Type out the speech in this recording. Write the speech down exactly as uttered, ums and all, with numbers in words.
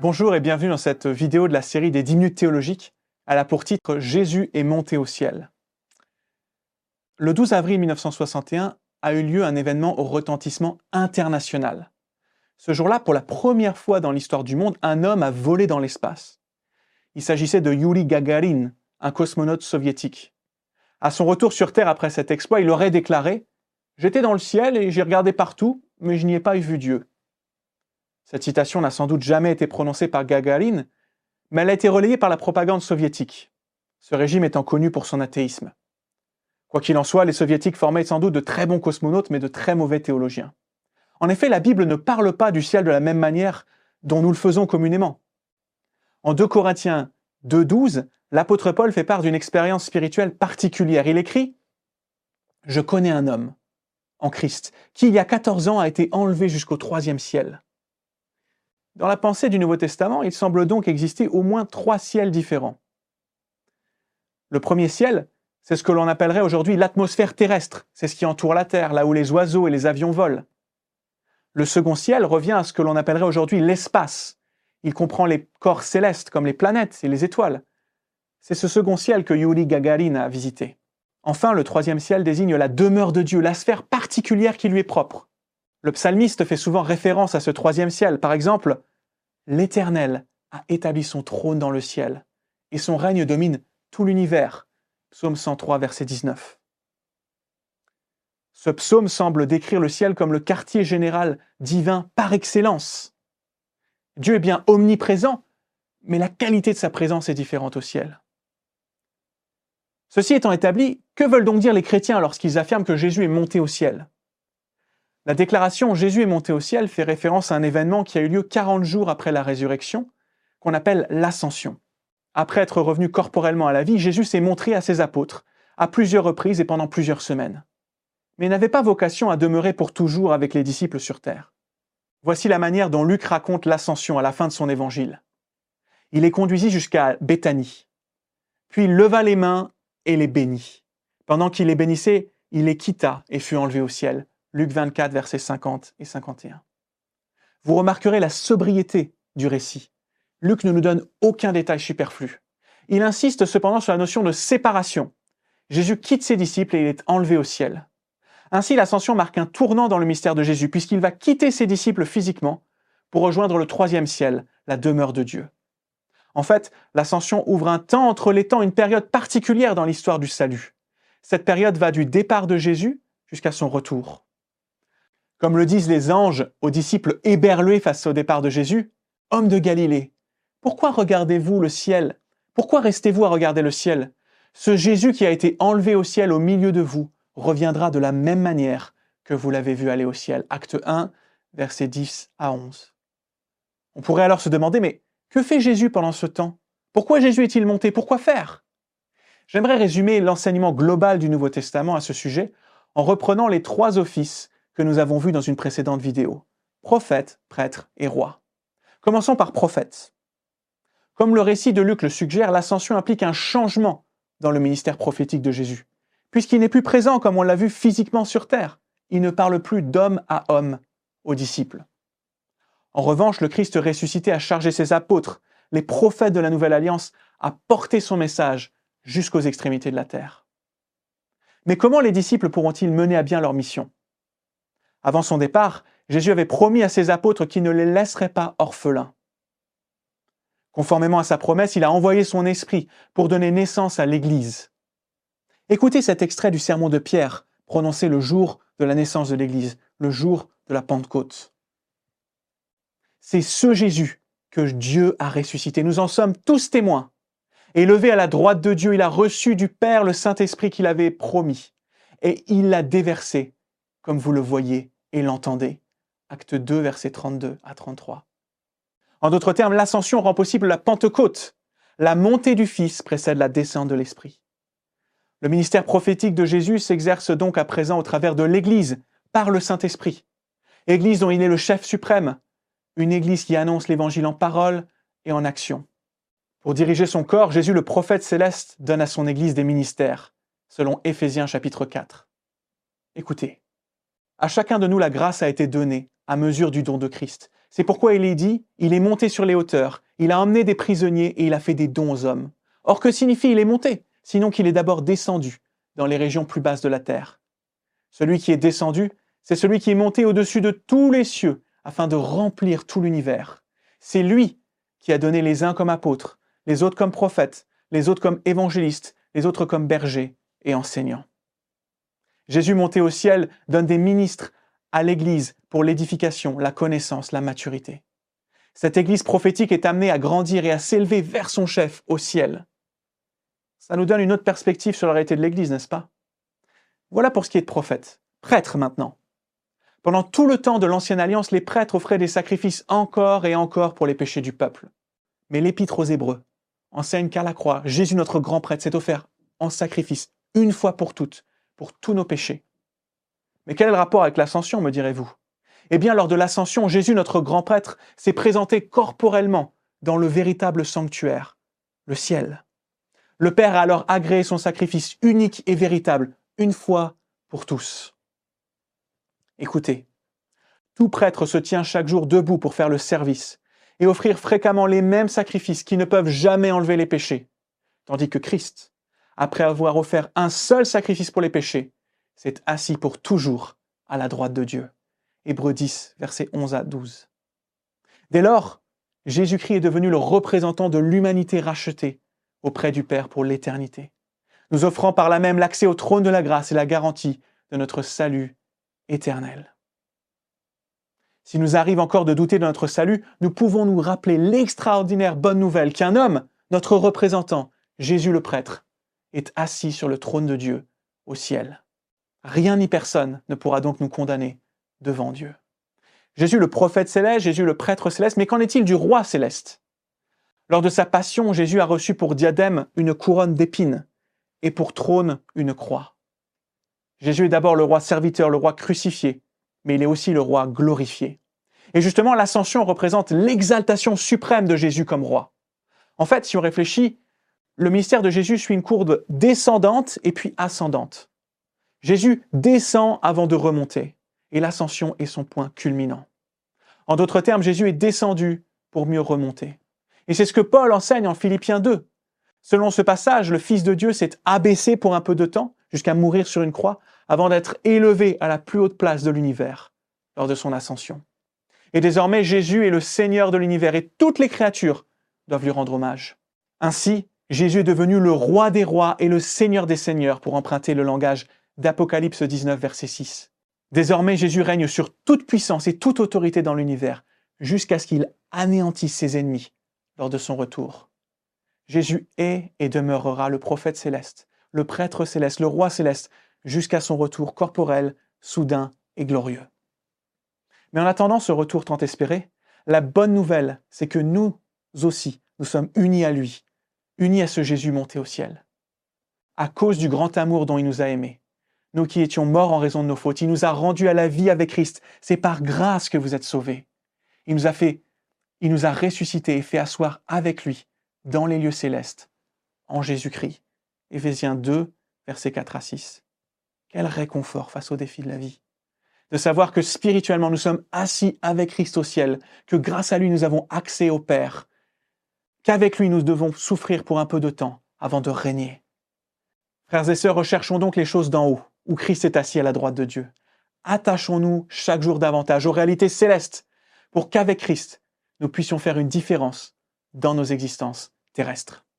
Bonjour et bienvenue dans cette vidéo de la série des dix minutes théologiques. Elle a pour titre « Jésus est monté au ciel ». Le douze avril mille neuf cent soixante et un a eu lieu un événement au retentissement international. Ce jour-là, pour la première fois dans l'histoire du monde, un homme a volé dans l'espace. Il s'agissait de Youri Gagarin, un cosmonaute soviétique. À son retour sur Terre après cet exploit, il aurait déclaré « J'étais dans le ciel et j'ai regardé partout, mais je n'y ai pas vu Dieu ». Cette citation n'a sans doute jamais été prononcée par Gagarin, mais elle a été relayée par la propagande soviétique, ce régime étant connu pour son athéisme. Quoi qu'il en soit, les soviétiques formaient sans doute de très bons cosmonautes, mais de très mauvais théologiens. En effet, la Bible ne parle pas du ciel de la même manière dont nous le faisons communément. En deux Corinthiens deux douze, l'apôtre Paul fait part d'une expérience spirituelle particulière. Il écrit « Je connais un homme, en Christ, qui il y a quatorze ans a été enlevé jusqu'au troisième ciel. » Dans la pensée du Nouveau Testament, il semble donc exister au moins trois ciels différents. Le premier ciel, c'est ce que l'on appellerait aujourd'hui l'atmosphère terrestre, c'est ce qui entoure la Terre, là où les oiseaux et les avions volent. Le second ciel revient à ce que l'on appellerait aujourd'hui l'espace. Il comprend les corps célestes comme les planètes et les étoiles. C'est ce second ciel que Youri Gagarin a visité. Enfin, le troisième ciel désigne la demeure de Dieu, la sphère particulière qui lui est propre. Le psalmiste fait souvent référence à ce troisième ciel. Par exemple, « L'Éternel a établi son trône dans le ciel, et son règne domine tout l'univers » Psaume cent trois, verset dix-neuf. Ce psaume semble décrire le ciel comme le quartier général divin par excellence. Dieu est bien omniprésent, mais la qualité de sa présence est différente au ciel. Ceci étant établi, que veulent donc dire les chrétiens lorsqu'ils affirment que Jésus est monté au ciel ? La déclaration « Jésus est monté au ciel » fait référence à un événement qui a eu lieu quarante jours après la résurrection, qu'on appelle l'ascension. Après être revenu corporellement à la vie, Jésus s'est montré à ses apôtres, à plusieurs reprises et pendant plusieurs semaines. Mais il n'avait pas vocation à demeurer pour toujours avec les disciples sur terre. Voici la manière dont Luc raconte l'ascension à la fin de son évangile. Il les conduisit jusqu'à Béthanie. Puis il leva les mains et les bénit. Pendant qu'il les bénissait, il les quitta et fut enlevé au ciel. Luc vingt-quatre, versets cinquante et cinquante et un. Vous remarquerez la sobriété du récit. Luc ne nous donne aucun détail superflu. Il insiste cependant sur la notion de séparation. Jésus quitte ses disciples et il est enlevé au ciel. Ainsi, l'ascension marque un tournant dans le mystère de Jésus, puisqu'il va quitter ses disciples physiquement pour rejoindre le troisième ciel, la demeure de Dieu. En fait, l'ascension ouvre un temps entre les temps, une période particulière dans l'histoire du salut. Cette période va du départ de Jésus jusqu'à son retour. Comme le disent les anges aux disciples éberlués face au départ de Jésus, « Hommes de Galilée, pourquoi regardez-vous le ciel? Pourquoi restez-vous à regarder le ciel? Ce Jésus qui a été enlevé au ciel au milieu de vous reviendra de la même manière que vous l'avez vu aller au ciel. » Acte un, versets dix à onze. On pourrait alors se demander, mais que fait Jésus pendant ce temps? Pourquoi Jésus est-il monté? Pourquoi faire? J'aimerais résumer l'enseignement global du Nouveau Testament à ce sujet en reprenant les trois offices que nous avons vus dans une précédente vidéo. Prophète, prêtre et roi. Commençons par prophète. Comme le récit de Luc le suggère, l'ascension implique un changement dans le ministère prophétique de Jésus, puisqu'il n'est plus présent comme on l'a vu physiquement sur terre. Il ne parle plus d'homme à homme aux disciples. En revanche, le Christ ressuscité a chargé ses apôtres, les prophètes de la Nouvelle Alliance, à porter son message jusqu'aux extrémités de la terre. Mais comment les disciples pourront-ils mener à bien leur mission? Avant son départ, Jésus avait promis à ses apôtres qu'il ne les laisserait pas orphelins. Conformément à sa promesse, il a envoyé son esprit pour donner naissance à l'Église. Écoutez cet extrait du sermon de Pierre, prononcé le jour de la naissance de l'Église, le jour de la Pentecôte. C'est ce Jésus que Dieu a ressuscité. Nous en sommes tous témoins. Élevé à la droite de Dieu, il a reçu du Père le Saint-Esprit qu'il avait promis. Et il l'a déversé, comme vous le voyez et l'entendez. Acte deux, versets trente-deux à trente-trois. En d'autres termes, l'ascension rend possible la Pentecôte. La montée du Fils précède la descente de l'Esprit. Le ministère prophétique de Jésus s'exerce donc à présent au travers de l'Église, par le Saint-Esprit. Église dont il est le chef suprême. Une Église qui annonce l'Évangile en parole et en action. Pour diriger son corps, Jésus le prophète céleste donne à son Église des ministères, selon Éphésiens chapitre quatre. Écoutez, à chacun de nous la grâce a été donnée à mesure du don de Christ. C'est pourquoi il est dit, il est monté sur les hauteurs, il a emmené des prisonniers et il a fait des dons aux hommes. Or, que signifie il est monté? Sinon qu'il est d'abord descendu dans les régions plus basses de la terre. Celui qui est descendu, c'est celui qui est monté au-dessus de tous les cieux afin de remplir tout l'univers. C'est lui qui a donné les uns comme apôtres, les autres comme prophètes, les autres comme évangélistes, les autres comme bergers et enseignants. Jésus monté au ciel donne des ministres à l'Église pour l'édification, la connaissance, la maturité. Cette Église prophétique est amenée à grandir et à s'élever vers son chef au ciel. Ça nous donne une autre perspective sur la réalité de l'Église, n'est-ce pas? Voilà pour ce qui est de prophètes. Prêtres maintenant. Pendant tout le temps de l'Ancienne Alliance, les prêtres offraient des sacrifices encore et encore pour les péchés du peuple. Mais l'Épître aux Hébreux enseigne qu'à la croix, Jésus notre grand prêtre s'est offert en sacrifice, une fois pour toutes, pour tous nos péchés. Mais quel est le rapport avec l'ascension, me direz-vous? Eh bien, lors de l'ascension, Jésus notre grand prêtre s'est présenté corporellement dans le véritable sanctuaire, le ciel. Le Père a alors agréé son sacrifice unique et véritable, une fois pour tous. Écoutez, tout prêtre se tient chaque jour debout pour faire le service et offrir fréquemment les mêmes sacrifices qui ne peuvent jamais enlever les péchés, tandis que Christ, après avoir offert un seul sacrifice pour les péchés, s'est assis pour toujours à la droite de Dieu. Hébreux dix, versets onze à douze. Dès lors, Jésus-Christ est devenu le représentant de l'humanité rachetée auprès du Père pour l'éternité, nous offrant par là même l'accès au trône de la grâce et la garantie de notre salut éternel. S'il nous arrive encore de douter de notre salut, nous pouvons nous rappeler l'extraordinaire bonne nouvelle qu'un homme, notre représentant, Jésus le prêtre, est assis sur le trône de Dieu au ciel. Rien ni personne ne pourra donc nous condamner devant Dieu. Jésus le prophète céleste, Jésus le prêtre céleste, mais qu'en est-il du roi céleste? Lors de sa passion, Jésus a reçu pour diadème une couronne d'épines et pour trône une croix. Jésus est d'abord le roi serviteur, le roi crucifié, mais il est aussi le roi glorifié. Et justement, l'ascension représente l'exaltation suprême de Jésus comme roi. En fait, si on réfléchit, le ministère de Jésus suit une courbe descendante et puis ascendante. Jésus descend avant de remonter, et l'ascension est son point culminant. En d'autres termes, Jésus est descendu pour mieux remonter. Et c'est ce que Paul enseigne en Philippiens deux. Selon ce passage, le Fils de Dieu s'est abaissé pour un peu de temps, jusqu'à mourir sur une croix, avant d'être élevé à la plus haute place de l'univers, lors de son ascension. Et désormais, Jésus est le Seigneur de l'univers, et toutes les créatures doivent lui rendre hommage. Ainsi, Jésus est devenu le roi des rois et le Seigneur des seigneurs, pour emprunter le langage d'Apocalypse dix-neuf, verset six. Désormais, Jésus règne sur toute puissance et toute autorité dans l'univers, jusqu'à ce qu'il anéantisse ses ennemis lors de son retour. Jésus est et demeurera le prophète céleste, le prêtre céleste, le roi céleste, jusqu'à son retour corporel, soudain et glorieux. Mais en attendant ce retour tant espéré, la bonne nouvelle, c'est que nous aussi, nous sommes unis à lui, unis à ce Jésus monté au ciel. À cause du grand amour dont il nous a aimés, nous qui étions morts en raison de nos fautes, il nous a rendus à la vie avec Christ. C'est par grâce que vous êtes sauvés. Il nous a fait, il nous a ressuscités et fait asseoir avec lui dans les lieux célestes, en Jésus-Christ. Éphésiens deux, versets quatre à six. Quel réconfort face aux défis de la vie. De savoir que spirituellement nous sommes assis avec Christ au ciel, que grâce à lui nous avons accès au Père, qu'avec lui nous devons souffrir pour un peu de temps avant de régner. Frères et sœurs, recherchons donc les choses d'en haut, où Christ est assis à la droite de Dieu. Attachons-nous chaque jour davantage aux réalités célestes, pour qu'avec Christ, nous puissions faire une différence dans nos existences terrestres.